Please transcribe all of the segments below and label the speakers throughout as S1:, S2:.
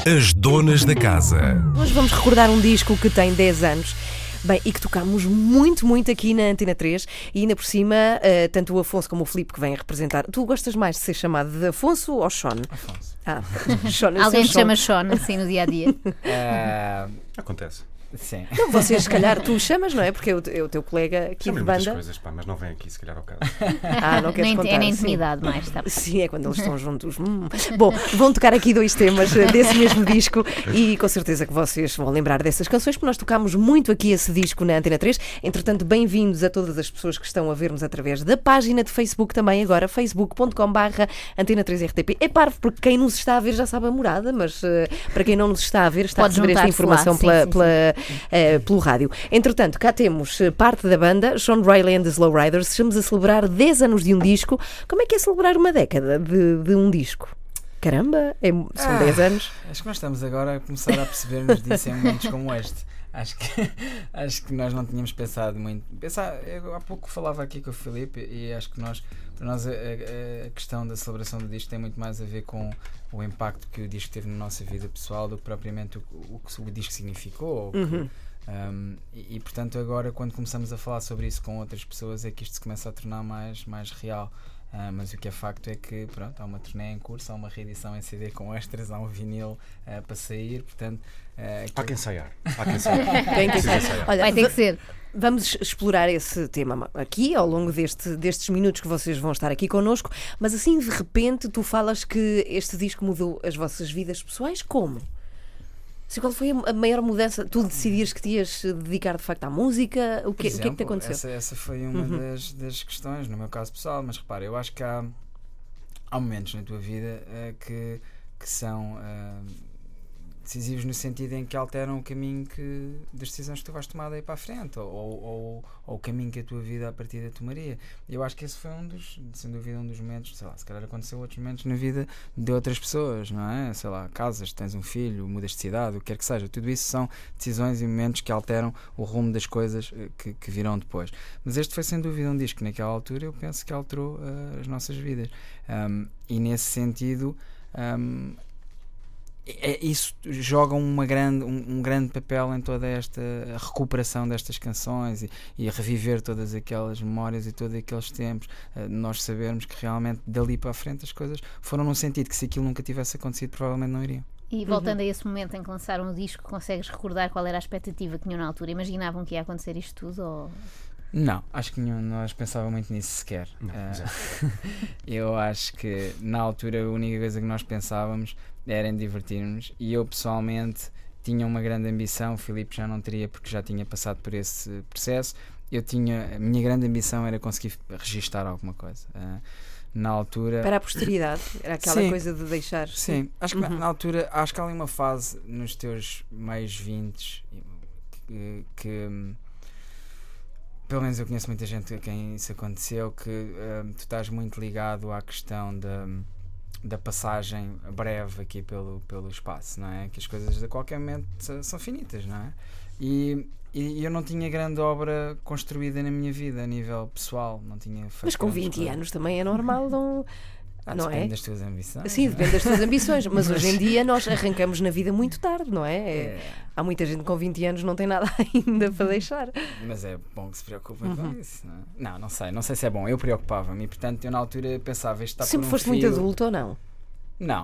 S1: As donas da casa.
S2: Hoje vamos recordar um disco que tem 10 anos. Bem, e que tocámos muito aqui na Antena 3 e ainda por cima, tanto o Afonso como o Filipe que vêm representar. Tu gostas mais de ser chamado de Afonso ou Sean?
S3: Afonso.
S2: Sean,
S4: Alguém te chama Sean, assim, no dia-a-dia?
S3: Acontece. Sim.
S2: Não, vocês, se calhar, tu chamas, não é? Porque é o teu colega aqui
S3: Chama
S2: de
S3: muitas
S2: banda.
S3: coisas, pá, mas não vem aqui, se calhar, ao caso.
S2: Não queres contar?
S4: É na
S2: sim.
S4: intimidade mais, tá?
S2: Sim, é quando eles estão juntos. Bom, vão tocar aqui 2 temas desse mesmo disco e com certeza que vocês vão lembrar dessas canções, porque nós tocámos muito aqui esse disco na Antena 3. Entretanto, bem-vindos a todas as pessoas que estão a ver-nos através da página de Facebook também agora, facebook.com/Antena3RTP. É parvo, porque quem nos está a ver já sabe a morada, mas para quem não nos está a ver, está
S4: Pode
S2: a receber esta
S4: juntar-se
S2: informação
S4: lá.
S2: pelo rádio. Entretanto, cá temos parte da banda, Sean Riley and the Slow Riders. Estamos a celebrar 10 anos de um disco. Como é que é celebrar uma década de um disco? Caramba, são 10 anos.
S5: Acho que nós estamos agora a começar a perceber-nos disso em momentos como este. Acho que nós não tínhamos pensado muito. Eu há pouco falava aqui com o Filipe e acho que para nós a questão da celebração do disco tem muito mais a ver com o impacto que o disco teve na nossa vida pessoal do que propriamente o que o disco significou. Portanto, agora quando começamos a falar sobre isso com outras pessoas é que isto se começa a tornar mais real. Mas o que é facto é que há uma turnê em curso, há uma reedição em CD com extras, há um vinil para sair, portanto...
S3: Há quem ensaiar.
S2: Tem que ensaiar. Olha,
S4: Vai ter que ser.
S2: Vamos explorar esse tema aqui ao longo destes minutos que vocês vão estar aqui connosco, mas assim de repente tu falas que este disco mudou as vossas vidas pessoais, como? Qual foi a maior mudança? Tu decidias que te ias dedicar de facto à música? O que é que te aconteceu?
S5: Essa foi uma das questões, no meu caso pessoal, mas repara, eu acho que há momentos na tua vida que são decisivos no sentido em que alteram o caminho das decisões que tu vais tomar daí para a frente ou o caminho que a tua vida a partir da tomaria. Eu acho que esse foi sem dúvida um dos momentos, sei lá, se calhar aconteceu outros momentos na vida de outras pessoas, não é? Sei lá, casas, tens um filho, mudas de cidade, o que quer que seja, tudo isso são decisões e momentos que alteram o rumo das coisas que virão depois. Mas este foi sem dúvida um disco que naquela altura eu penso que alterou as nossas vidas. E nesse sentido isso joga um grande papel em toda esta recuperação destas canções e reviver todas aquelas memórias e todos aqueles tempos, nós sabermos que realmente dali para a frente as coisas foram num sentido que se aquilo nunca tivesse acontecido provavelmente não iriam.
S4: E voltando a esse momento em que lançaram o disco, consegues recordar qual era a expectativa que tinham na altura? Imaginavam que ia acontecer isto tudo? Ou...
S5: Não, acho que nenhum de nós pensava muito nisso sequer. Eu acho que na altura a única coisa que nós pensávamos era em divertir-nos e eu pessoalmente tinha uma grande ambição, o Filipe já não teria porque já tinha passado por esse processo. A minha grande ambição era conseguir registar alguma coisa. Na altura...
S2: Para a posteridade, era aquela coisa de deixar...
S5: Sim, acho que na altura, acho que há ali uma fase nos teus meios 20 que pelo menos eu conheço muita gente a quem isso aconteceu, que tu estás muito ligado à questão da passagem breve aqui pelo espaço, não é? Que as coisas a qualquer momento são finitas, não é? E eu não tinha grande obra construída na minha vida a nível pessoal, não tinha feito.
S2: Mas com 20 anos também é normal, não
S5: depende
S2: é?
S5: das tuas ambições.
S2: Sim, depende das tuas ambições, mas hoje em dia nós arrancamos na vida muito tarde, não é? Há muita gente com 20 anos não tem nada ainda para deixar.
S5: Mas é bom que se preocupem com isso, não é? Não sei se é bom, eu preocupava-me e portanto eu na altura pensava, isto está
S2: sempre
S5: por um
S2: foste
S5: fio.
S2: muito adulto ou não?
S5: Não,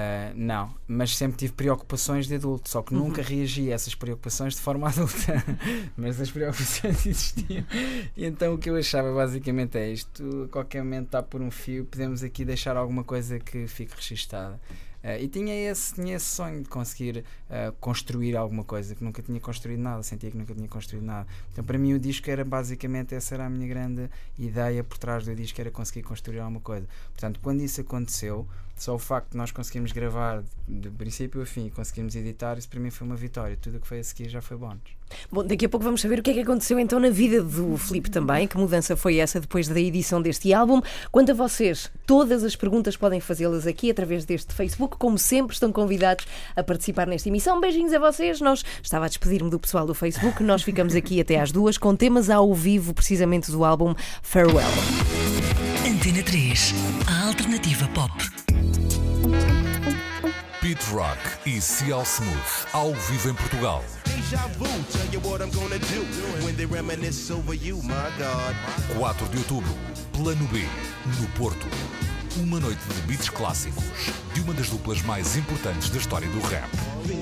S5: mas sempre tive preocupações de adulto, só que nunca reagi a essas preocupações de forma adulta, mas as preocupações existiam e então o que eu achava basicamente é isto, a qualquer momento está por um fio, podemos aqui deixar alguma coisa que fique registada. E tinha esse sonho de conseguir construir alguma coisa, que nunca tinha construído nada, sentia que nunca tinha construído nada. Então para mim o disco era basicamente, essa era a minha grande ideia por trás do disco, era conseguir construir alguma coisa. Portanto, quando isso aconteceu, só o facto de nós conseguirmos gravar de princípio a fim e conseguirmos editar, isso para mim foi uma vitória. Tudo o que foi a seguir já foi bónus.
S2: Bom, daqui a pouco vamos saber o que é que aconteceu então na vida do Filipe também, que mudança foi essa depois da edição deste álbum. Quanto a vocês, todas as perguntas podem fazê-las aqui através deste Facebook, como sempre estão convidados a participar nesta emissão. Beijinhos a vocês, estava a despedir-me do pessoal do Facebook, nós ficamos aqui até às 2 com temas ao vivo precisamente do álbum Farewell.
S1: Antena 3, a alternativa pop. Pete Rock e CL Smooth, ao vivo em Portugal. 4 de outubro, Plano B, no Porto. Uma noite de beats clássicos de uma das duplas mais importantes da história do rap.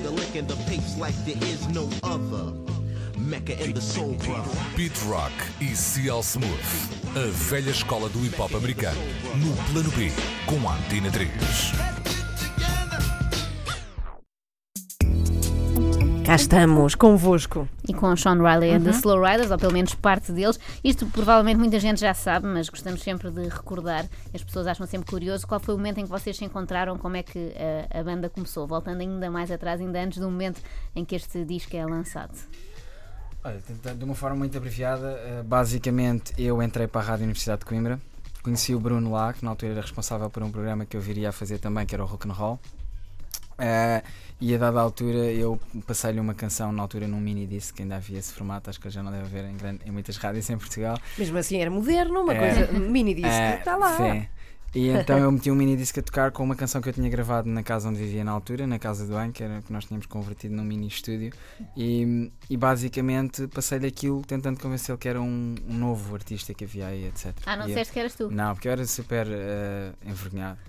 S1: Pete Rock e CL Smooth, a velha escola do hip hop americano, no Plano B, com a Antena 3.
S2: Cá estamos, convosco.
S4: E com o Sean Riley and the Slow Riders, ou pelo menos parte deles. Isto provavelmente muita gente já sabe, mas gostamos sempre de recordar. As pessoas acham sempre curioso qual foi o momento em que vocês se encontraram, como é que a banda começou, voltando ainda mais atrás, ainda antes do momento em que este disco é lançado.
S5: Olha, de uma forma muito abreviada, basicamente eu entrei para a Rádio Universidade de Coimbra, conheci o Bruno lá, que na altura era responsável por um programa que eu viria a fazer também, que era o Rock and Roll. E a dada altura eu passei-lhe uma canção na altura num mini disc, que ainda havia esse formato, acho que já não deve haver em muitas rádios em Portugal.
S2: Mesmo assim era moderno, uma coisa, mini disc, está lá.
S5: Sim. E então eu meti um mini disc a tocar com uma canção que eu tinha gravado na casa onde vivia na altura, na casa do banho, que era que nós tínhamos convertido num mini estúdio, e basicamente passei-lhe aquilo tentando convencê-lo que era um novo artista que havia aí, etc.
S4: Não disseste que eras tu?
S5: Não, porque eu era super envergonhado.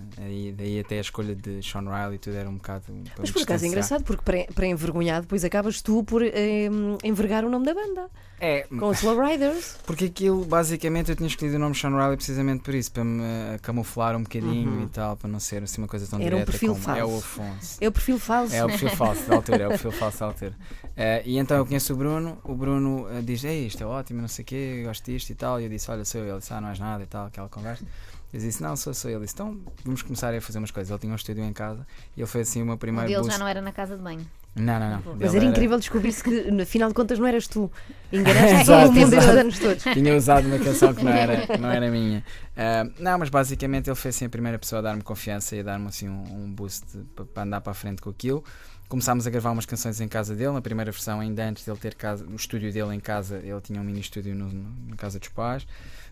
S5: Daí até a escolha de Sean Riley e tudo era um bocado.
S2: Mas por acaso é engraçado, porque para envergonhado depois acabas tu por envergar o nome da banda. Com os Slow Riders.
S5: Porque aquilo, basicamente, eu tinha escolhido o nome Sean Riley precisamente por isso, para me camuflar um bocadinho e tal, para não ser assim uma coisa tão
S2: era
S5: direta
S2: um perfil
S5: como
S2: falso.
S5: É o Afonso.
S2: É o perfil falso.
S5: É o perfil falso da altura, é o perfil falso da altura. E então eu conheço o Bruno diz, isto é ótimo, não sei o quê, gosto disto e tal, e eu disse, olha, sou eu, ele disse, não és nada e tal, aquela conversa. Eu disse, não, sou ele. Ele disse, então vamos começar a fazer umas coisas. Ele tinha um estúdio em casa e ele foi assim o meu primeiro
S4: Ele
S5: boost.
S4: já não era na casa de banho.
S5: Não.
S2: Mas era incrível descobrir-se que, no final de contas, não eras tu. Enganaste todo o mundo estes anos todos.
S5: Tinha usado uma canção que não era minha. Não, mas basicamente ele foi assim a primeira pessoa a dar-me confiança e a dar-me assim um boost para andar para a frente com aquilo. Começámos a gravar umas canções em casa dele. Na primeira versão, ainda antes de ele ter o estúdio dele em casa, ele tinha um mini estúdio na casa dos pais.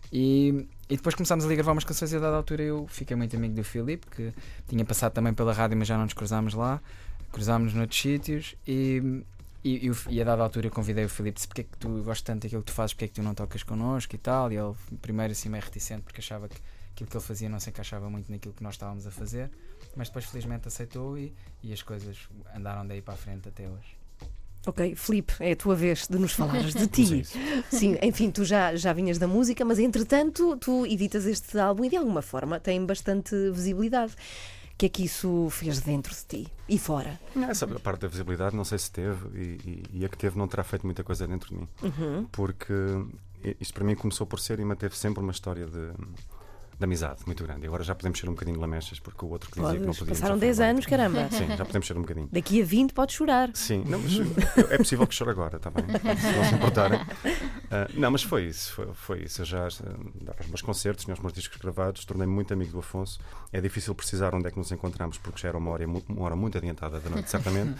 S5: E depois começámos a gravar umas canções e a dada altura eu fiquei muito amigo do Filipe, que tinha passado também pela rádio, mas já não nos cruzámos lá. Cruzámos noutros sítios e a dada altura eu convidei o Filipe, disse, porque é que tu gostas tanto daquilo que tu fazes, porque é que tu não tocas connosco e tal. E ele primeiro assim meio reticente porque achava que aquilo que ele fazia não se encaixava muito naquilo que nós estávamos a fazer, mas depois felizmente aceitou e as coisas andaram daí para a frente até hoje.
S2: Ok, Filipe, é a tua vez de nos falares de ti. Sim, enfim, tu já vinhas da música, mas entretanto tu editas este álbum e de alguma forma tem bastante visibilidade. O que é que isso fez dentro de ti e fora?
S3: Essa parte da visibilidade não sei se teve e a que teve não terá feito muita coisa dentro de mim. Porque isto para mim começou por ser e manteve sempre uma história de amizade muito grande. E agora já podemos ser um bocadinho lamechas, porque o outro que dizia que não podíamos.
S2: Passaram 10 anos, caramba.
S3: Sim, já podemos ser um bocadinho.
S2: Daqui a 20 podes chorar.
S3: Sim, não, mas é possível que chore agora, está bem? Se não se importarem. Não, mas foi isso. Eu já dava os meus concertos, tinha os meus discos gravados, tornei-me muito amigo do Afonso. É difícil precisar onde é que nos encontramos, porque já era uma hora muito adiantada da noite, certamente.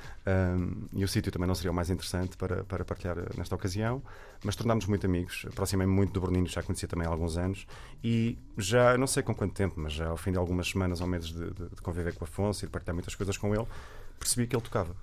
S3: E o sítio também não seria o mais interessante para partilhar nesta ocasião, mas tornámos muito amigos. Aproximei-me muito do Bruninho, já conhecia também há alguns anos, e já não sei com quanto tempo, mas já ao fim de algumas semanas ou meses de conviver com o Afonso e de partilhar muitas coisas com ele, percebi que ele tocava.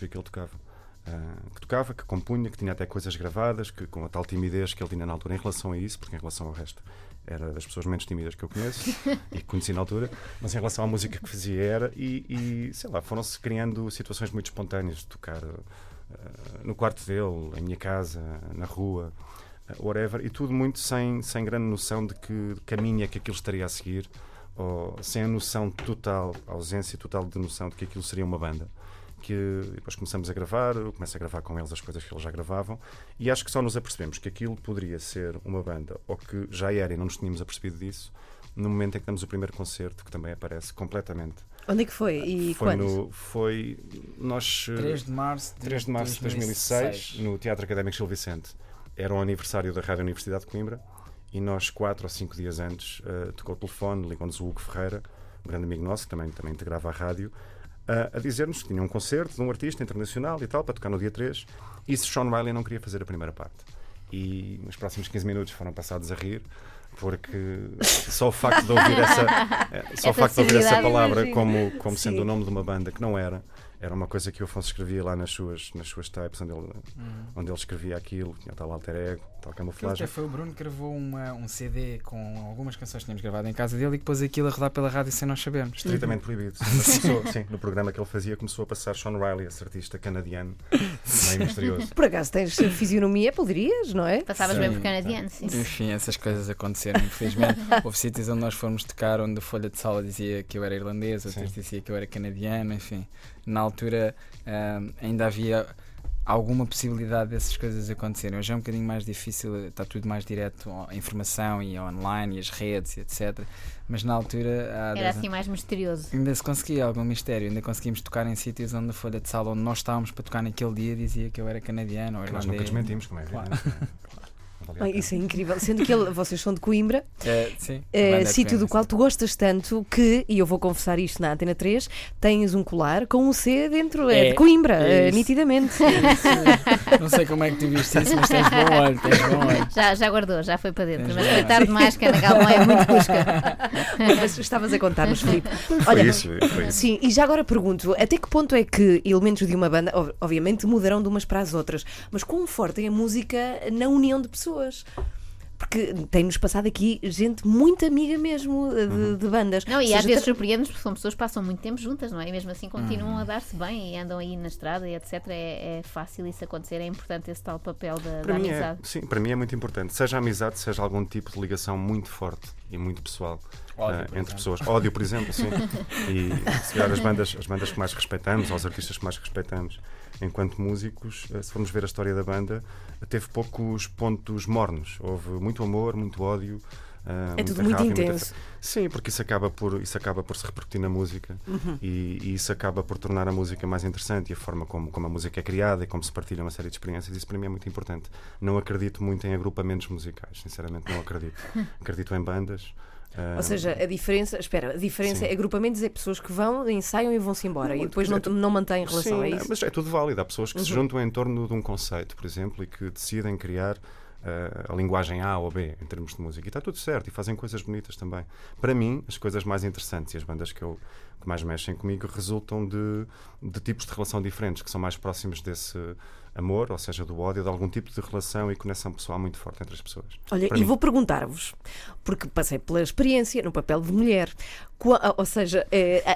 S3: Que compunha, que tinha até coisas gravadas, que com a tal timidez que ele tinha na altura em relação a isso, porque em relação ao resto era das pessoas menos tímidas que eu conheço e que conheci na altura, mas em relação à música que fazia era, e sei lá, foram-se criando situações muito espontâneas de tocar no quarto dele, em minha casa, na rua, whatever, e tudo muito sem grande noção de que caminho é que aquilo estaria a seguir, ou sem a noção total, a ausência total de noção de que aquilo seria uma banda. Que depois começamos a gravar, eu começo a gravar com eles as coisas que eles já gravavam, e acho que só nos apercebemos que aquilo poderia ser uma banda, ou que já era e não nos tínhamos apercebido disso, no momento em que damos o primeiro concerto, que também aparece completamente.
S2: Onde é que foi? E quando?
S3: Foi nós
S5: 3 de março de
S3: 2006, no Teatro Académico Gil Vicente. Era o aniversário da Rádio Universidade de Coimbra, e nós 4 ou 5 dias antes tocou o telefone, ligou-nos o Hugo Ferreira, um grande amigo nosso, que também integrava a rádio, a dizer-nos que tinha um concerto de um artista internacional e tal, para tocar no dia 3, e se Sean Riley não queria fazer a primeira parte. E nos próximos 15 minutos foram passados a rir, porque só o facto de ouvir essa palavra como sendo o nome de uma banda que não era uma coisa que o Afonso escrevia lá nas suas tapes, onde ele escrevia aquilo, tinha tal alter ego, tal camuflagem.
S5: Foi o Bruno que gravou um CD com algumas canções que tínhamos gravado em casa dele e que pôs aquilo a rodar pela rádio sem nós sabermos.
S3: Estritamente proibido. Mas começou, no programa que ele fazia, começou a passar Sean Riley, esse artista canadiano, meio misterioso.
S2: Por acaso tens fisionomia, poderias, não é?
S4: Passavas bem por canadiano, sim.
S5: Enfim, essas coisas aconteceram, infelizmente. Houve sítios onde nós fomos tocar, onde a folha de sala dizia que eu era irlandês, outros dizia que eu era canadiano, enfim. Na altura ainda havia alguma possibilidade dessas coisas acontecerem. Hoje é um bocadinho mais difícil, está tudo mais direto a informação e online e as redes, etc. Mas na altura
S4: era assim mais misterioso.
S5: Ainda se conseguia algum mistério, ainda conseguimos tocar em sítios onde a folha de sala onde nós estávamos para tocar naquele dia dizia que eu era canadiano ou irlandês.
S3: Nós nunca desmentimos, como é evidente.
S2: Isso é incrível, sendo que vocês são de Coimbra,
S5: sim,
S2: sítio do qual tu gostas tanto que, e eu vou confessar isto na Antena 3, tens um colar com um C dentro, de Coimbra, nitidamente.
S5: Não sei como é que tu viste isso, mas tens bom olho.
S4: Já guardou, já foi para dentro, mas foi tarde demais, que a Ana Galvão é muito busca.
S2: Mas estavas a contar-nos, Filipe.
S3: Olha, foi isso.
S2: Sim, e já agora pergunto, até que ponto é que elementos de uma banda, obviamente, mudarão de umas para as outras, mas quão forte é a música na união de pessoas? Porque tem-nos passado aqui gente muito amiga mesmo de bandas.
S4: Não, e às vezes surpreende-nos porque são pessoas que passam muito tempo juntas, não é? E mesmo assim continuam a dar-se bem e andam aí na estrada e etc. É fácil isso acontecer, é importante esse tal papel da amizade.
S3: Sim, para mim é muito importante. Seja a amizade, seja algum tipo de ligação muito forte e muito pessoal entre pessoas. Ódio, por exemplo, sim. E se calhar as bandas que mais respeitamos, ou os artistas que mais respeitamos enquanto músicos, se formos ver a história da banda, teve poucos pontos mornos. Houve muito amor, muito ódio.
S2: É tudo muito intenso.
S3: Sim, porque isso acaba por se repercutir na música e isso acaba por tornar a música mais interessante e a forma como a música é criada e como se partilha uma série de experiências. Isso para mim é muito importante. Não acredito muito em agrupamentos musicais, sinceramente não acredito. Acredito em bandas.
S2: Ou seja, a diferença é agrupamentos, é pessoas que vão, ensaiam e vão-se embora e depois não mantêm relação a isso.
S3: Mas é tudo válido. Há pessoas que se juntam em torno de um conceito, por exemplo, e que decidem criar a linguagem A ou B em termos de música. E está tudo certo, e fazem coisas bonitas também. Para mim, as coisas mais interessantes e as bandas que mais mexem comigo resultam de tipos de relação diferentes, que são mais próximos desse amor, ou seja, do ódio, de algum tipo de relação e conexão pessoal muito forte entre as pessoas.
S2: Olha, e vou perguntar-vos, porque passei pela experiência no papel de mulher, ou seja,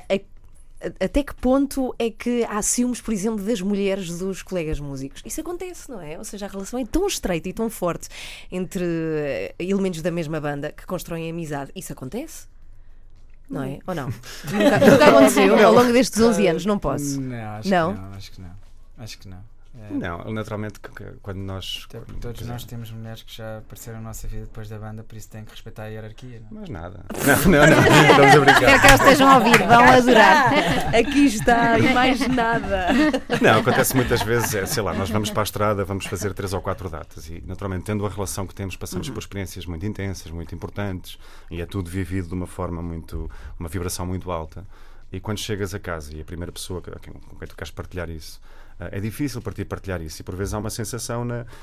S2: até que ponto é que há ciúmes, por exemplo, das mulheres dos colegas músicos? Isso acontece, não é? Ou seja, a relação é tão estreita e tão forte entre elementos da mesma banda que constroem amizade. Isso acontece? Não é? Ou não? Nunca aconteceu ao longo destes 11 anos, não posso.
S5: Não, acho que não.
S3: Não, naturalmente, quando nós.
S5: Até porque todos nós temos mulheres que já apareceram na nossa vida depois da banda, por isso tem que respeitar a hierarquia. Não?
S3: Mas nada. Não, estamos a brincar.
S4: Quero que elas estejam a ouvir, vão adorar.
S2: Aqui está, e mais nada.
S3: Não, acontece muitas vezes, sei lá, nós vamos para a estrada, vamos fazer 3 ou 4 datas e, naturalmente, tendo a relação que temos, passamos por experiências muito intensas, muito importantes e é tudo vivido de uma forma uma vibração muito alta. E quando chegas a casa e a primeira pessoa com quem tu queres partilhar isso, é difícil para ti partilhar isso e por vezes há uma sensação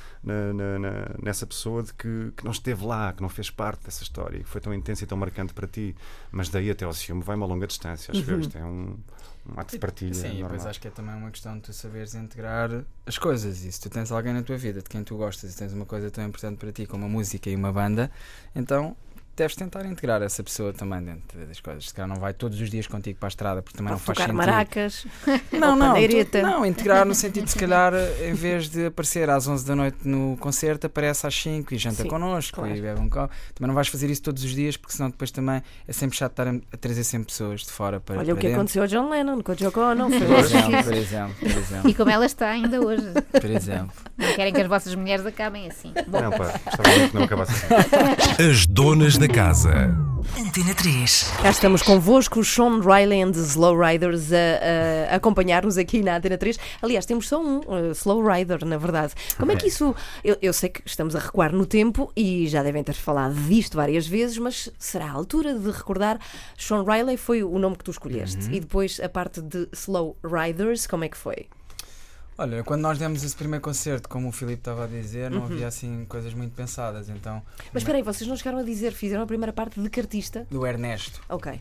S3: nessa pessoa de que não esteve lá, que não fez parte dessa história, que foi tão intensa e tão marcante para ti, mas daí até ao ciúme vai uma longa distância, acho que isto é um ato de partilha.
S5: Sim,
S3: normal.
S5: E depois acho que é também uma questão de tu saberes integrar as coisas, e se tu tens alguém na tua vida de quem tu gostas e tens uma coisa tão importante para ti como a música e uma banda, então deves tentar integrar essa pessoa também dentro das coisas. Se calhar não vai todos os dias contigo para a estrada, porque também não faz sentido.
S2: Tocar maracas,
S5: não, integrar no sentido de, se calhar, em vez de aparecer às 11 da noite no concerto, aparece às 5 e janta connosco, claro. E bebe um copo. Também não vais fazer isso todos os dias, porque senão depois também é sempre chato estar a trazer sempre pessoas de fora para
S2: Olha o que aconteceu ao John Lennon com a Yoko Ono.
S5: Por exemplo.
S4: E como ela está ainda hoje.
S5: Por exemplo.
S4: Não querem que as vossas mulheres acabem assim. Bom.
S3: Não, pá, gostava muito que não acabasse assim.
S1: As donas da casa.
S6: Antena 3.
S2: Cá estamos convosco, Sean Riley and the Slow Riders a acompanhar-nos aqui na Antena 3. Aliás, temos só um Slow Rider, na verdade. Como é que isso... Eu sei que estamos a recuar no tempo e já devem ter falado disto várias vezes, mas será a altura de recordar. Sean Riley foi o nome que tu escolheste. E depois a parte de Slow Riders, como é que foi?
S5: Olha, quando nós demos esse primeiro concerto, como o Filipe estava a dizer, não havia assim coisas muito pensadas, então...
S2: Mas espera aí, vocês não chegaram a dizer, fizeram a primeira parte de que artista?
S5: Do Ernesto.
S2: Ok.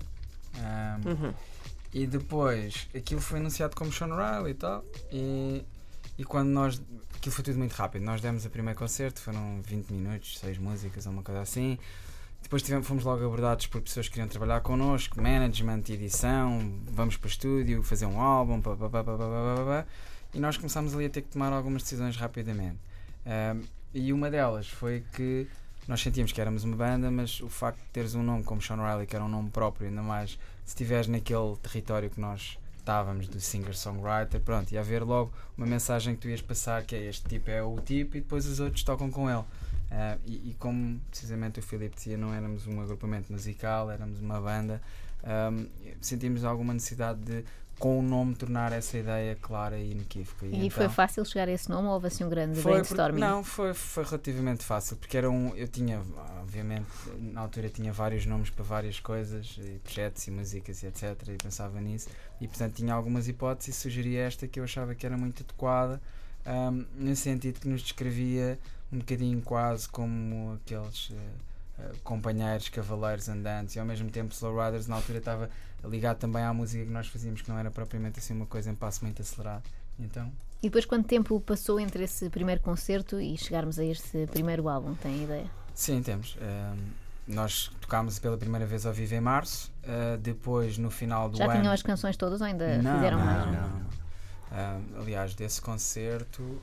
S5: E depois, aquilo foi anunciado como Sean Riley e tal, e quando nós... Aquilo foi tudo muito rápido, nós demos o primeiro concerto, foram 20 minutos, 6 músicas, uma coisa assim. Depois fomos logo abordados por pessoas que queriam trabalhar connosco, management, edição, vamos para o estúdio, fazer um álbum, e nós começámos ali a ter que tomar algumas decisões rapidamente. E uma delas foi que nós sentíamos que éramos uma banda, mas o facto de teres um nome como Sean Riley, que era um nome próprio, ainda mais se estiveres naquele território que nós estávamos, do singer-songwriter, pronto, ia haver logo uma mensagem que tu ias passar, que é este tipo é o tipo, e depois os outros tocam com ele. E como precisamente o Filipe dizia, não éramos um agrupamento musical, éramos uma banda, sentimos alguma necessidade de, com o nome, tornar essa ideia clara e inequívoca.
S4: E então, foi fácil chegar a esse nome ou houve assim um grande brainstorming?
S5: Não, foi relativamente fácil, porque eu tinha, obviamente, na altura tinha vários nomes para várias coisas, e projetos e músicas e etc, e pensava nisso, e portanto tinha algumas hipóteses e sugeri esta que eu achava que era muito adequada, no sentido que nos descrevia um bocadinho quase como aqueles companheiros, cavaleiros andantes, e ao mesmo tempo Slow Riders na altura estava ligado também à música que nós fazíamos, que não era propriamente assim uma coisa em passo muito acelerado. Então...
S4: E depois quanto tempo passou entre esse primeiro concerto e chegarmos a este primeiro álbum, tem ideia?
S5: Sim, temos. Nós tocámos pela primeira vez ao vivo em março, depois no final do ano...
S4: Já tinham as canções todas ou ainda fizeram mais?
S5: Não. Aliás, desse concerto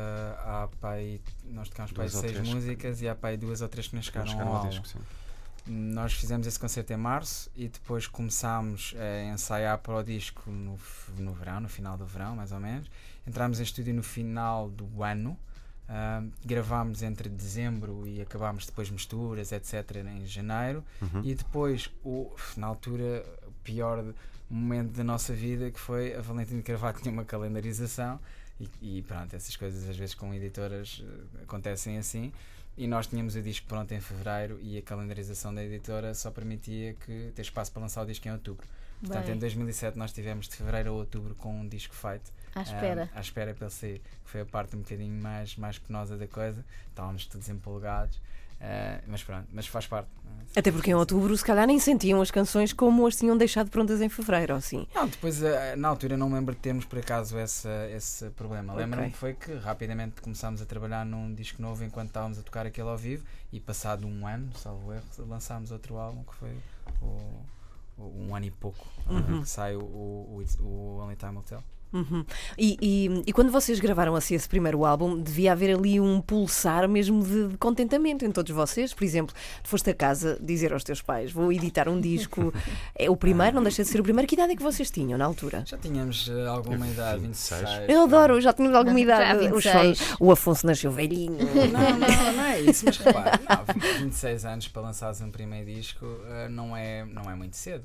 S5: nós tocámos para aí 6 músicas e há para aí 2 ou 3 que não chegaram ao álbum. Nós fizemos esse concerto em março e depois começámos a ensaiar para o disco no verão, no final do verão mais ou menos. Entrámos em estúdio no final do ano, gravámos entre dezembro e acabámos depois misturas, etc, em janeiro. E depois, na altura, o pior momento da nossa vida, que foi a Valentina Carvalho tinha uma calendarização e pronto, essas coisas às vezes com editoras acontecem assim, e nós tínhamos o disco pronto em fevereiro e a calendarização da editora só permitia ter espaço para lançar o disco em outubro. Portanto, em 2007 nós tivemos de fevereiro a outubro com um disco feito à espera para ele sair, que foi a parte um bocadinho mais penosa da coisa. Estávamos todos empolgados. Mas pronto, mas faz parte.
S2: Até porque em outubro se calhar nem sentiam as canções como as tinham deixado prontas em fevereiro, ou assim?
S5: Não, depois na altura não me lembro de termos por acaso esse problema. Lembro-me que foi que rapidamente começámos a trabalhar num disco novo enquanto estávamos a tocar aquele ao vivo, e passado um ano, salvo erro, lançámos outro álbum que foi um ano e pouco que sai o Only Time Will Tell.
S2: E quando vocês gravaram assim esse primeiro álbum, devia haver ali um pulsar mesmo de contentamento em todos vocês. Por exemplo, foste a casa dizer aos teus pais: vou editar um disco, é o primeiro, não deixa de ser o primeiro. Que idade é que vocês tinham na altura?
S5: Já tínhamos alguma idade, 26.
S2: Eu adoro, já tínhamos alguma idade. O Afonso nasceu velhinho.
S5: Não é isso, mas repara, 26 anos para lançares um primeiro disco não é muito cedo.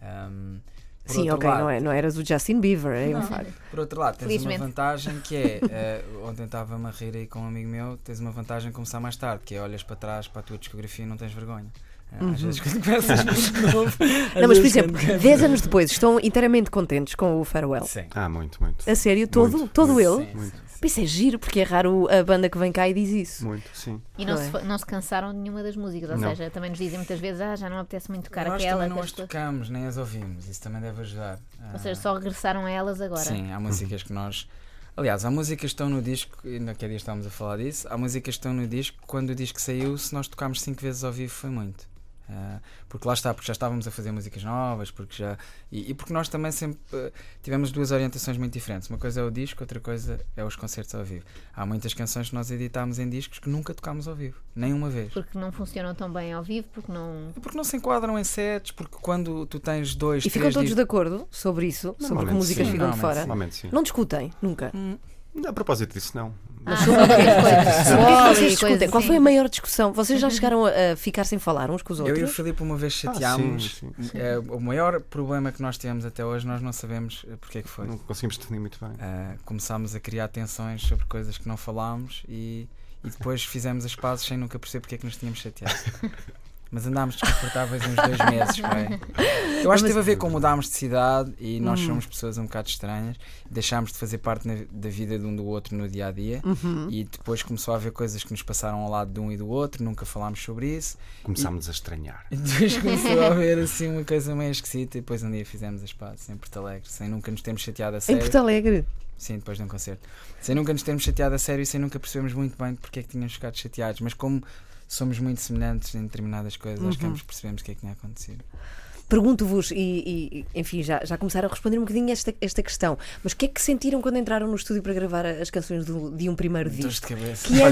S2: Sim, ok, lado, não eras o Justin Bieber, é um
S5: facto. Por outro lado, tens uma vantagem que é, ontem estava-me a rir aí com um amigo meu, tens uma vantagem de começar mais tarde, que é olhas para trás para a tua discografia e não tens vergonha. Às vezes quando começas muito novo.
S2: Não, mas por exemplo, 10 anos depois estão inteiramente contentes com o Farewell?
S5: Sim.
S3: Muito.
S2: A sério? Todo ele?
S5: Sim, muito.
S2: Isso é giro, porque é raro a banda que vem cá e diz isso.
S3: Muito, sim.
S4: E não se cansaram de nenhuma das músicas, ou seja, também nos dizem muitas vezes: já não me apetece muito tocar
S5: nós
S4: aquela.
S5: Nós também não as tocamos, nem as ouvimos, isso também deve ajudar.
S4: Ou seja, só regressaram a elas agora.
S5: Sim, há músicas que nós... Aliás, há músicas que estão no disco, ainda que há dias estávamos a falar disso, há músicas que estão no disco, quando o disco saiu, se nós tocámos 5 vezes ao vivo foi muito. Porque lá está, porque já estávamos a fazer músicas novas, porque porque nós também sempre tivemos 2 orientações muito diferentes. Uma coisa é o disco, outra coisa é os concertos ao vivo. Há muitas canções que nós editámos em discos que nunca tocámos ao vivo, nem uma vez.
S4: Porque não funcionam tão bem ao vivo, porque não
S5: se enquadram em sets, porque quando tu tens 2, 3
S2: e ficam todos de acordo sobre isso, sobre que músicas ficam de fora?
S3: Sim.
S2: Não discutem, nunca?
S3: A propósito disso, não.
S2: Mas sobre o que discutem? Qual foi a maior discussão? Vocês já chegaram a ficar sem falar uns com os outros?
S5: Eu e o Filipe uma vez chateámos. Sim. O maior problema que nós tivemos até hoje, nós não sabemos porque é que foi.
S3: Não conseguimos definir muito bem.
S5: Começámos a criar tensões sobre coisas que não falámos e depois fizemos as pazes sem nunca perceber porque é que nos tínhamos chateado. mas andámos desconfortáveis uns 2 meses. Eu acho que teve a ver com mudarmos de cidade e nós somos pessoas um bocado estranhas, deixámos de fazer parte da vida de um do outro no dia a dia e depois começou a haver coisas que nos passaram ao lado de um e do outro, nunca falámos sobre isso.
S3: Começámos a estranhar.
S5: E depois começou a haver assim uma coisa meio esquisita e depois um dia fizemos as pazes em Porto Alegre, sem nunca nos termos chateado a sério.
S2: Em Porto Alegre?
S5: Sim, depois de um concerto. Sem nunca nos termos chateado a sério e sem nunca percebermos muito bem porque é que tínhamos ficado chateados, mas como somos muito semelhantes em determinadas coisas, acho que ambos percebemos o que é que tinha acontecido.
S2: Pergunto-vos, enfim, já começaram a responder um bocadinho esta questão, mas o que é que sentiram quando entraram no estúdio para gravar as canções de um primeiro disco?
S5: De cabeça.
S2: Que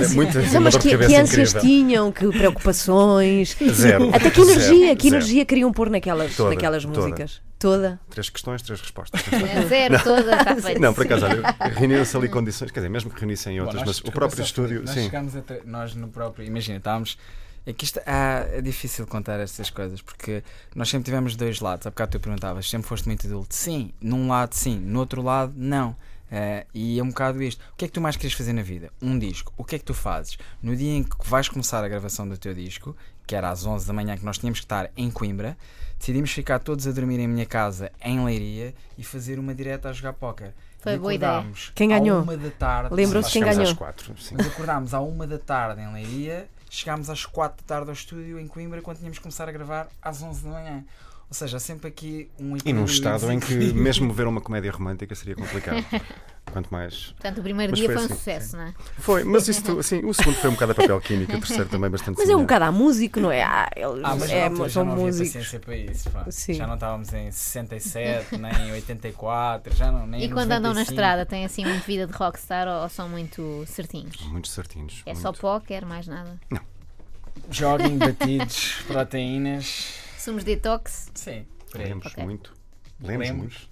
S2: ânsias tinham, que preocupações,
S3: Zero.
S2: até que energia,
S3: Zero.
S2: Queriam pôr naquelas músicas? Toda?
S3: 3 questões, 3 respostas.
S4: Zero, toda, está feito.
S3: Não, por acaso, olha, reuniram-se ali condições, quer dizer, mesmo que reunissem outras, mas o próprio estúdio.
S5: Nós
S3: Sim.
S5: chegámos nós no próprio. Imagina, estávamos. É que isto é difícil contar estas coisas porque nós sempre tivemos 2 lados. Há bocado tu perguntavas, sempre foste muito adulto? Sim, num lado sim, no outro lado não. E é um bocado isto. O que é que tu mais queres fazer na vida? Um disco. O que é que tu fazes? No dia em que vais começar a gravação do teu disco, que era às 11 da manhã, que nós tínhamos que estar em Coimbra, decidimos ficar todos a dormir em minha casa em Leiria e fazer uma direta a jogar póquer.
S4: Foi boa ideia.
S2: Quem ganhou?
S5: À 1 da tarde.
S2: Lembram-se quem ganhou?
S3: Às 4, sim.
S5: Mas acordámos à 1 da tarde em Leiria, chegámos às 4 da tarde ao estúdio em Coimbra quando tínhamos que começar a gravar às 11 da manhã. Ou seja, há sempre aqui um
S3: E num estado em que mesmo ver uma comédia romântica seria complicado. Quanto mais.
S4: Portanto, o primeiro
S3: Mas
S4: dia
S3: foi
S4: foi um
S3: assim,
S4: sucesso,
S3: sim.
S4: não é?
S3: Foi, mas isto, assim, o segundo foi um bocado a papel químico, o terceiro também bastante
S2: Mas é um
S3: semelhante.
S2: bocado a músico, não é? Eles
S5: mas na altura já
S2: são
S5: não havia
S2: músicos.
S5: paciência para isso. Pá.
S2: Sim.
S5: Já não estávamos em 67, nem em 84, já não, nem
S4: E
S5: em
S4: quando andam na
S5: 95.
S4: estrada, têm assim muito vida de rockstar ou são muito certinhos?
S3: Muito certinhos.
S4: É
S3: muito.
S4: só póquer, mais nada?
S5: Jogging, batidos, proteínas.
S4: Sumos detox?
S5: Sim, por aí.
S3: Lemos
S4: Ok.
S3: muito. Lemos muito.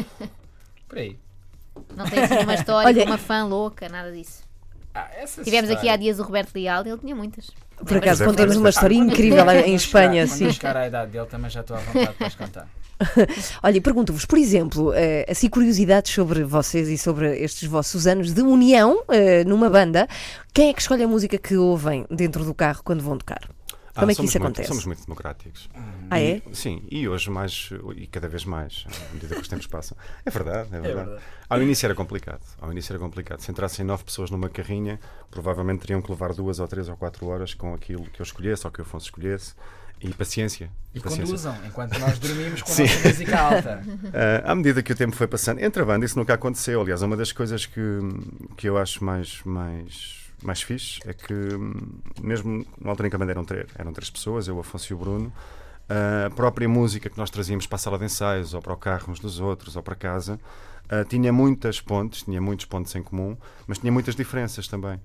S5: Por aí.
S4: Não tem assim uma história
S2: Olha,
S4: com uma fã louca, nada disso.
S5: Essas
S4: Tivemos aqui há
S5: histórias.
S4: dias o Roberto Leal e ele tinha muitas.
S2: Por acaso,
S3: é,
S2: contamos
S3: foi.
S2: uma história incrível em
S5: Quando
S2: Espanha,
S5: chegar,
S2: sim.
S5: Quando chegar à idade dele também já estou à vontade para as contar.
S2: Olha, e pergunto-vos, por exemplo, assim, curiosidades sobre vocês e sobre estes vossos anos de união numa banda. Quem é que escolhe a música que ouvem dentro do carro quando vão tocar? Como é que isso acontece?
S3: Somos muito democráticos.
S2: Ah, é?
S3: Sim, e hoje mais, e cada vez mais, à medida que os tempos passam. É verdade.
S5: verdade.
S3: Ao início era complicado. Se entrassem 9 pessoas numa carrinha, provavelmente teriam que levar 2 ou 3 ou 4 horas com aquilo que eu escolhesse ou que o Afonso escolhesse. E paciência.
S5: E
S3: paciência.
S5: conduzam, enquanto nós dormimos com a
S3: Sim.
S5: nossa música alta.
S3: À medida que o tempo foi passando, entre a banda, isso nunca aconteceu. Aliás, uma das coisas que eu acho mais fixe é que, mesmo na altura em que a banda eram 3 pessoas, eu, o Afonso e o Bruno, a própria música que nós trazíamos para a sala de ensaios, ou para o carro uns dos outros, ou para casa, tinha muitos pontos em comum, mas tinha muitas diferenças também.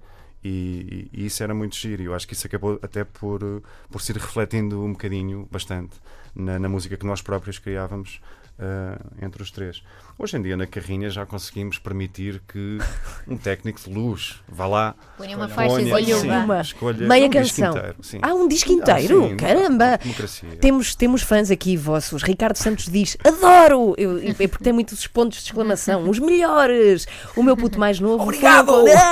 S3: E isso era muito giro. Eu acho que isso acabou até por se ir refletindo um bocadinho, bastante, na música que nós próprios criávamos entre os 3. Hoje em dia, na carrinha, já conseguimos permitir que um técnico de luz vá lá,
S4: Ponha uma
S3: ponha,
S4: faixazinha.
S3: sim,
S2: uma
S3: escolha
S2: meia
S3: um disco
S2: canção.
S3: inteiro, sim.
S2: Um disco inteiro?
S3: Sim,
S2: Caramba!
S3: democracia.
S2: Temos fãs aqui vossos. Ricardo Santos diz: adoro! É porque tem muitos pontos de exclamação. Os melhores! O meu puto mais novo.
S5: Obrigado!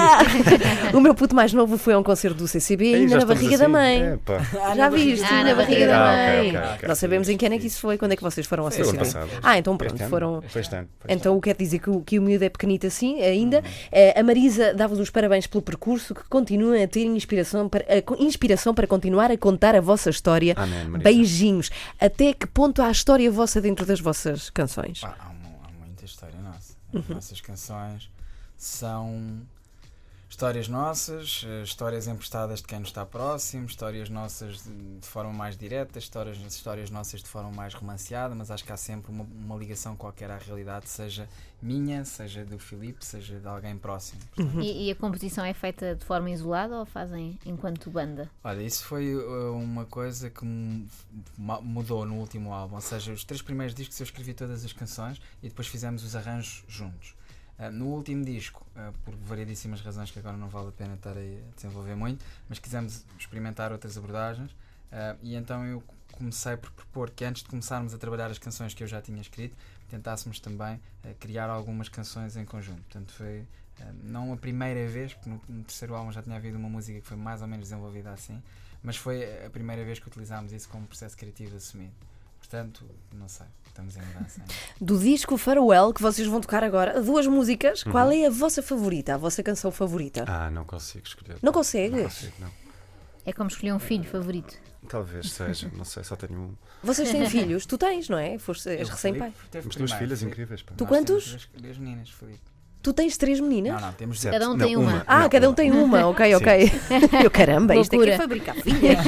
S2: O meu puto mais novo foi a um concerto do CCB
S3: Aí
S2: ainda
S3: já
S2: na
S3: estamos
S2: barriga da
S3: assim.
S2: mãe.
S3: Epá.
S2: Já viste?
S4: Ah,
S2: na barriga da mãe.
S3: ok.
S2: Nós sabemos em que ano é que isso foi. Quando é que vocês foram ao
S3: Foi o ano
S2: CCB?
S3: passado.
S2: Então pronto,
S3: Este ano.
S2: foram.
S3: Foi este ano.
S2: Então o que quer dizer que o miúdo é pequenito assim ainda. A Marisa dá-vos os parabéns pelo percurso, que continuem a ter inspiração para continuar a contar a vossa história.
S3: Amém, Marisa.
S2: Beijinhos. Até que ponto há a história vossa dentro das vossas canções?
S5: Há muita história nossa. As nossas canções são histórias nossas, histórias emprestadas de quem nos está próximo, histórias nossas de forma mais direta, histórias nossas de forma mais romanceada, mas acho que há sempre uma ligação qualquer à realidade, seja minha, seja do Filipe, seja de alguém próximo.
S4: E a composição é feita de forma isolada ou fazem enquanto banda?
S5: Olha, isso foi uma coisa que mudou no último álbum, ou seja, os 3 primeiros discos eu escrevi todas as canções e depois fizemos os arranjos juntos. No último disco, por variedíssimas razões que agora não vale a pena estar aí a desenvolver muito, mas quisemos experimentar outras abordagens e então eu comecei por propor que antes de começarmos a trabalhar as canções que eu já tinha escrito, tentássemos também criar algumas canções em conjunto. Portanto, foi não a primeira vez, porque no terceiro álbum já tinha havido uma música que foi mais ou menos desenvolvida assim, mas foi a primeira vez que utilizámos isso como processo criativo assumido. Portanto, não sei, estamos em mudança ainda.
S2: Do disco Farewell, que vocês vão tocar agora, 2 músicas, qual é a vossa favorita, a vossa canção favorita?
S3: Não consigo escolher.
S2: Não consegue?
S3: Não consigo, não.
S4: É como escolher um filho favorito.
S3: Talvez seja, não sei, só tenho um.
S2: Vocês têm filhos? Tu tens, não é? És recém-pai.
S3: Temos 2 filhas incríveis. Pá.
S2: Tu quantos?
S5: 2 meninas, Filipe.
S2: Tu tens 3 meninas?
S5: Não, temos
S3: 7.
S4: Cada um tem uma.
S2: Cada um tem uma, ok. Eu, caramba, isto é que é fabricar filhas.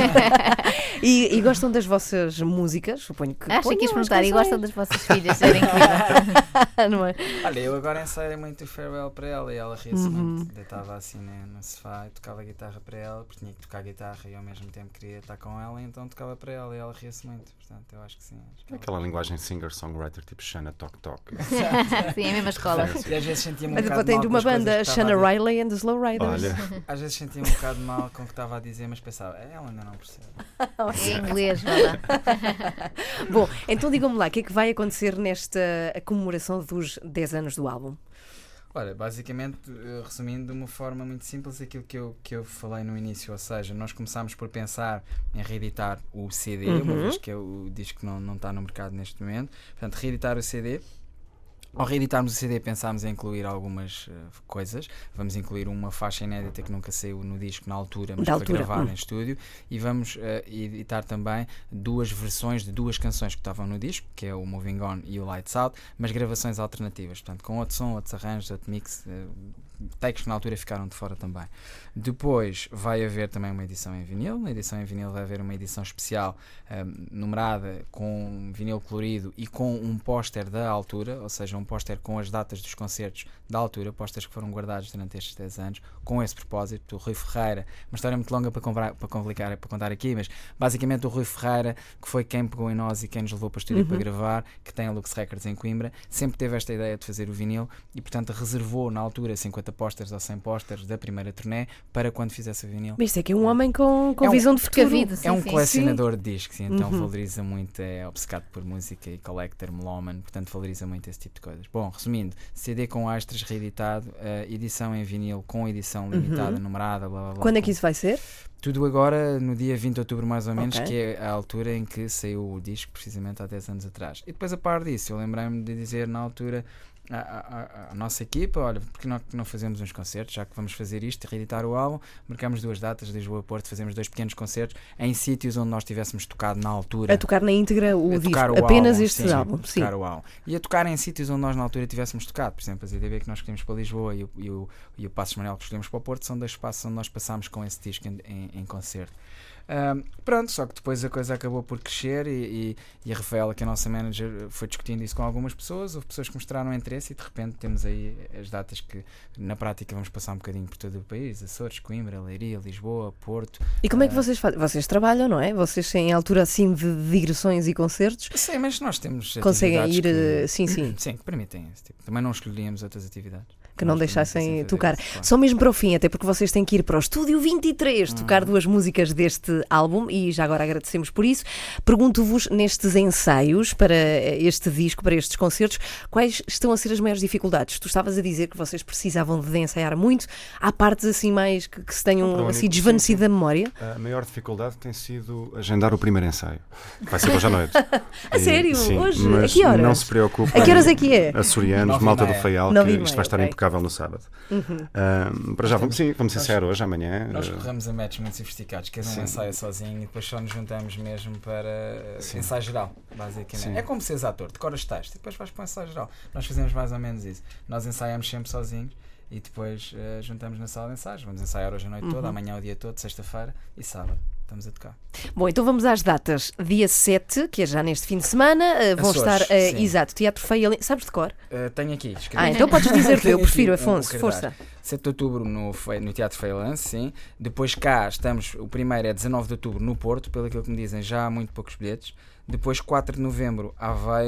S2: E gostam das vossas músicas? Suponho que.
S4: Acho que ias perguntar, e gostam das vossas filhas serem incríveis.
S2: Não é?
S5: Olha, eu agora ensaiei muito o Farewell para ela e ela ria-se muito. Deitava assim no sofá e tocava guitarra para ela, porque tinha que tocar guitarra e ao mesmo tempo queria estar com ela, e então tocava para ela e ela ria-se muito. Portanto, eu acho que sim.
S3: Aquela linguagem singer-songwriter tipo Shanna Tok Tok.
S4: Sim, é a mesma escola.
S5: E às vezes sentia-me
S2: Mas depois tem de uma banda, Shanna Riley and the Slow Riders.
S3: Olha,
S5: às vezes sentia um bocado mal com o que estava a dizer, mas pensava, ela ainda não percebe.
S4: É inglês, vai lá.
S2: Bom, então digam-me lá, o que é que vai acontecer nesta comemoração dos 10 anos do álbum?
S5: Olha, basicamente, resumindo de uma forma muito simples aquilo que eu falei no início, ou seja, nós começámos por pensar em reeditar o CD, uma vez que é o disco que não está no mercado neste momento, portanto, reeditar o CD. Ao reeditarmos o CD pensámos em incluir algumas coisas. Vamos incluir uma faixa inédita que nunca saiu no disco na altura, mas foi gravada em estúdio, e vamos editar também 2 versões de 2 canções que estavam no disco, que é o Moving On e o Lights Out, mas gravações alternativas, portanto com outro som, outros arranjos, outro mix, takes que na altura ficaram de fora também. Depois vai haver também uma edição em vinil. Na edição em vinil vai haver uma edição especial numerada com vinil colorido e com um póster da altura, ou seja, um póster com as datas dos concertos da altura, pósteres que foram guardados durante estes 10 anos, com esse propósito. O Rui Ferreira, uma história muito longa para contar aqui, mas basicamente o Rui Ferreira, que foi quem pegou em nós e quem nos levou para o estúdio para gravar, que tem a Lux Records em Coimbra, sempre teve esta ideia de fazer o vinil e, portanto, reservou na altura 50 pósteres ou 100 pósteres da primeira turnê para quando fizesse o vinil.
S2: Mas isto é que é um homem com visão de futuro.
S5: É um colecionador de discos, e então valoriza muito, é obcecado por música e collector, melómano, portanto valoriza muito esse tipo de coisas. Bom, resumindo, CD com extras reeditado, edição em vinil com edição limitada, numerada, blá blá blá.
S2: Quando é que isso vai ser?
S5: Tudo agora no dia 20 de outubro mais ou menos, que é a altura em que saiu o disco, precisamente há 10 anos atrás. E depois, a par disso, eu lembrei-me de dizer na altura à nossa equipa, olha, porque não fazemos uns concertos, já que vamos fazer isto, reeditar o álbum, marcamos 2 datas, Lisboa-Porto, fazemos 2 pequenos concertos em sítios onde nós tivéssemos tocado na altura.
S2: A tocar na íntegra o disco, apenas este álbum. Sim.
S5: Tocar o álbum. E a tocar em sítios onde nós na altura tivéssemos tocado, por exemplo, a ZDB que nós escolhemos para Lisboa e o Passos Manuel que escolhemos para o Porto, são 2 espaços onde nós passámos com esse disco em concerto. Pronto, só que depois a coisa acabou por crescer e a Rafaela, que é a nossa manager, foi discutindo isso com algumas pessoas. Houve pessoas que mostraram interesse e de repente temos aí as datas que na prática vamos passar um bocadinho por todo o país: Açores, Coimbra, Leiria, Lisboa, Porto.
S2: E como é que vocês fazem? Vocês trabalham, não é? Vocês têm altura assim de digressões e concertos?
S5: Sim, mas nós temos
S2: conseguem ir,
S5: sim, que permitem esse tipo. Também não escolheríamos outras atividades
S2: que não deixassem tocar.
S5: Isso, claro.
S2: Só mesmo para o fim, até porque vocês têm que ir para o Estúdio 23 tocar 2 músicas deste álbum, e já agora agradecemos por isso. Pergunto-vos, nestes ensaios para este disco, para estes concertos, quais estão a ser as maiores dificuldades? Tu estavas a dizer que vocês precisavam de ensaiar muito. Há partes assim mais que se tenham assim desvanecido da memória?
S3: A maior dificuldade tem sido agendar o primeiro ensaio. Vai ser hoje à noite.
S2: A sério?
S3: Sim,
S2: hoje?
S3: mas
S2: a que horas?
S3: Não se preocupe.
S2: A que horas é que é?
S3: Açorianos, malta do Faial, que isto vai estar impecável no sábado. Para já vamos ensaiar hoje, amanhã.
S5: Nós corremos a métodos muito sofisticados, cada um ensaia sozinho e depois só nos juntamos mesmo para ensaio geral, basicamente. Sim. É como seres ator, decoras texto e depois vais para o ensaio geral. Nós fazemos mais ou menos isso. Nós ensaiamos sempre sozinhos e depois juntamos na sala de ensaios. Vamos ensaiar hoje a noite toda, amanhã o dia todo, sexta-feira e sábado. Estamos a tocar.
S2: Bom, então vamos às datas. Dia 7, que é já neste fim de semana, vão estar, exato, Teatro Feia. Sabes de cor?
S5: Tenho aqui, escrevi.
S2: Então podes dizer tu, eu prefiro, Afonso, força.
S5: 7 de outubro no Teatro Feialense, sim. Depois cá estamos, o primeiro é 19 de outubro no Porto, pelo aquilo que me dizem, já há muito poucos bilhetes. Depois 4 de novembro, Aveiro.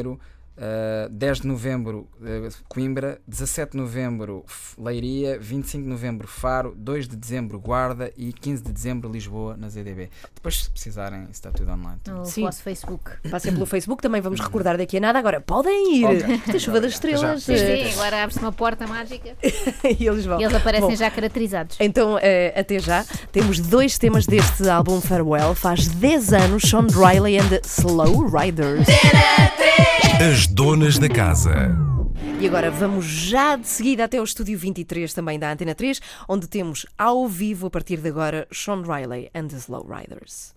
S5: 10 de novembro, Coimbra, 17 de novembro, Leiria, 25 de novembro, Faro, 2 de dezembro, Guarda e 15 de dezembro, Lisboa, na ZDB. Depois, se precisarem, isso está tudo online.
S4: No
S2: Sim.
S4: vosso Facebook.
S2: Passem pelo Facebook, também vamos recordar daqui a nada. Agora, podem ir.
S5: Ok.
S2: Esta chuva das estrelas.
S4: Sim, sim, agora abre-se uma porta mágica
S2: E eles vão.
S4: e eles aparecem
S2: Bom,
S4: já caracterizados.
S2: então, até já. Temos 2 temas deste álbum Farewell. Faz 10 anos, Sean Riley and the Slow Riders.
S1: As donas da casa.
S2: E agora vamos já de seguida até ao estúdio 23 também da Antena 3, onde temos ao vivo, a partir de agora, Sean Riley and the Slow Riders.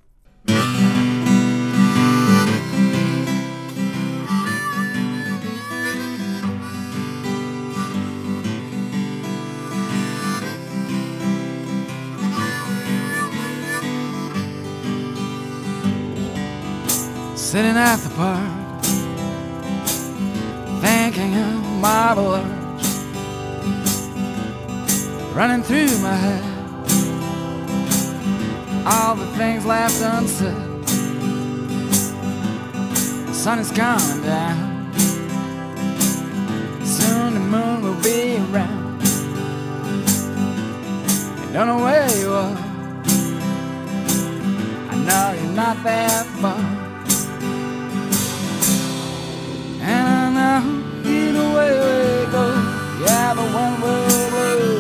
S5: Sitting at the park, thinking of marvelous running through my head, all the things left unsaid. The sun is coming down, soon the moon will be around. I don't know where you are, I know you're not that far. And I know either way we go, yeah, the wind will blow.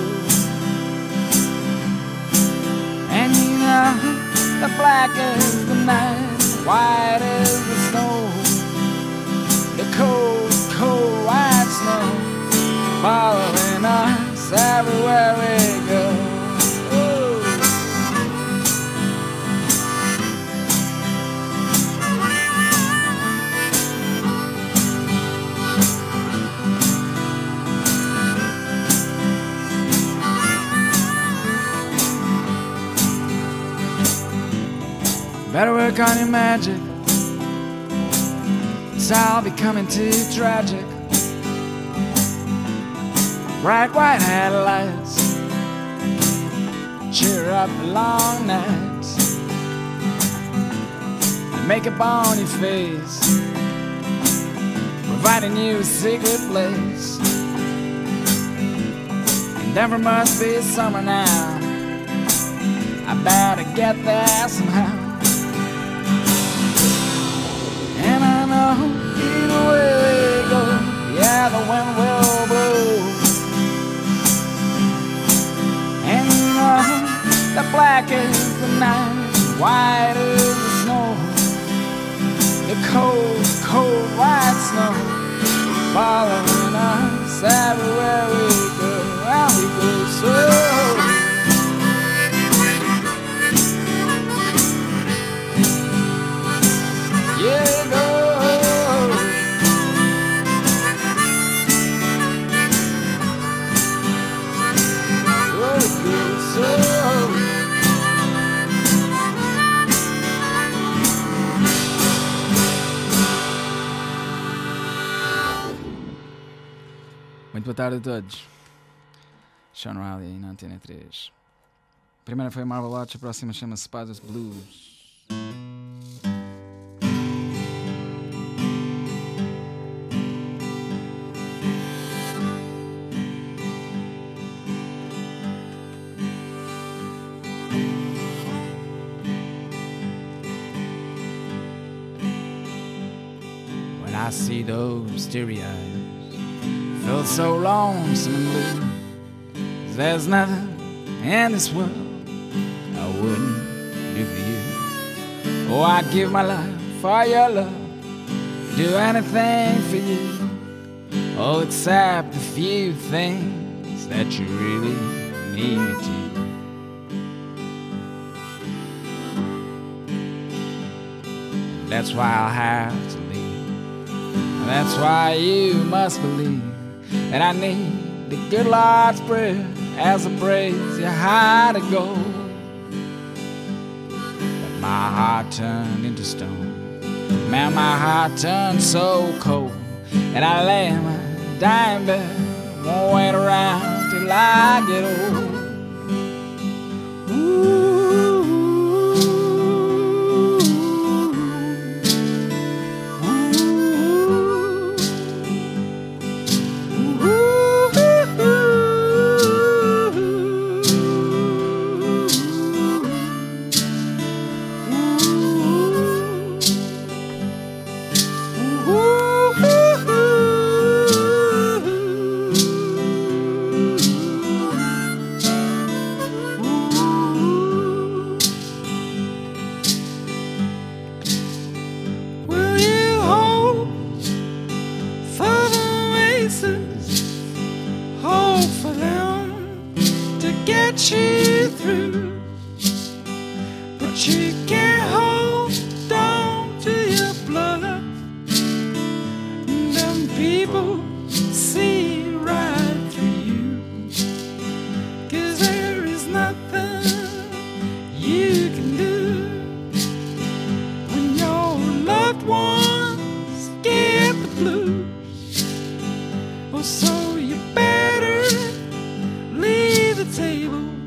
S5: And you know, the black is the night, white is the snow, the cold, cold white snow following us everywhere we go. Better work on your magic, it's all becoming too tragic. Bright white headlights cheer up the long nights, and makeup on your face, providing you a secret place. And Denver must be summer now, I better get there somehow. Either way we go, yeah, the wind will blow. And you know, the black is the night, white is the snow, the cold, cold white snow following us everywhere we go, and we go so. Yeah, go. Muito boa tarde a todos. Sean Riley na Antena 3. A primeira foi Marble Watch, a próxima chama-se Spiders Blues. When I see those teary eyes, feel so lonesome and blue. There's nothing in this world I wouldn't do for you. Oh, I'd give my life for your love, do anything for you. Oh, except a few things that you really need me to. That's why I'll have to leave. That's why you must believe that I need the good Lord's prayer as I praise you high to go. But my heart turned into stone. Man, my heart turned so cold, and I lay in my dying bed, won't wait around till I get old.
S6: get you through, but you can't hold on to your blood. Them people see right through you, 'cause there is nothing you can do when your loved ones get the blues. Oh, so you better leave the table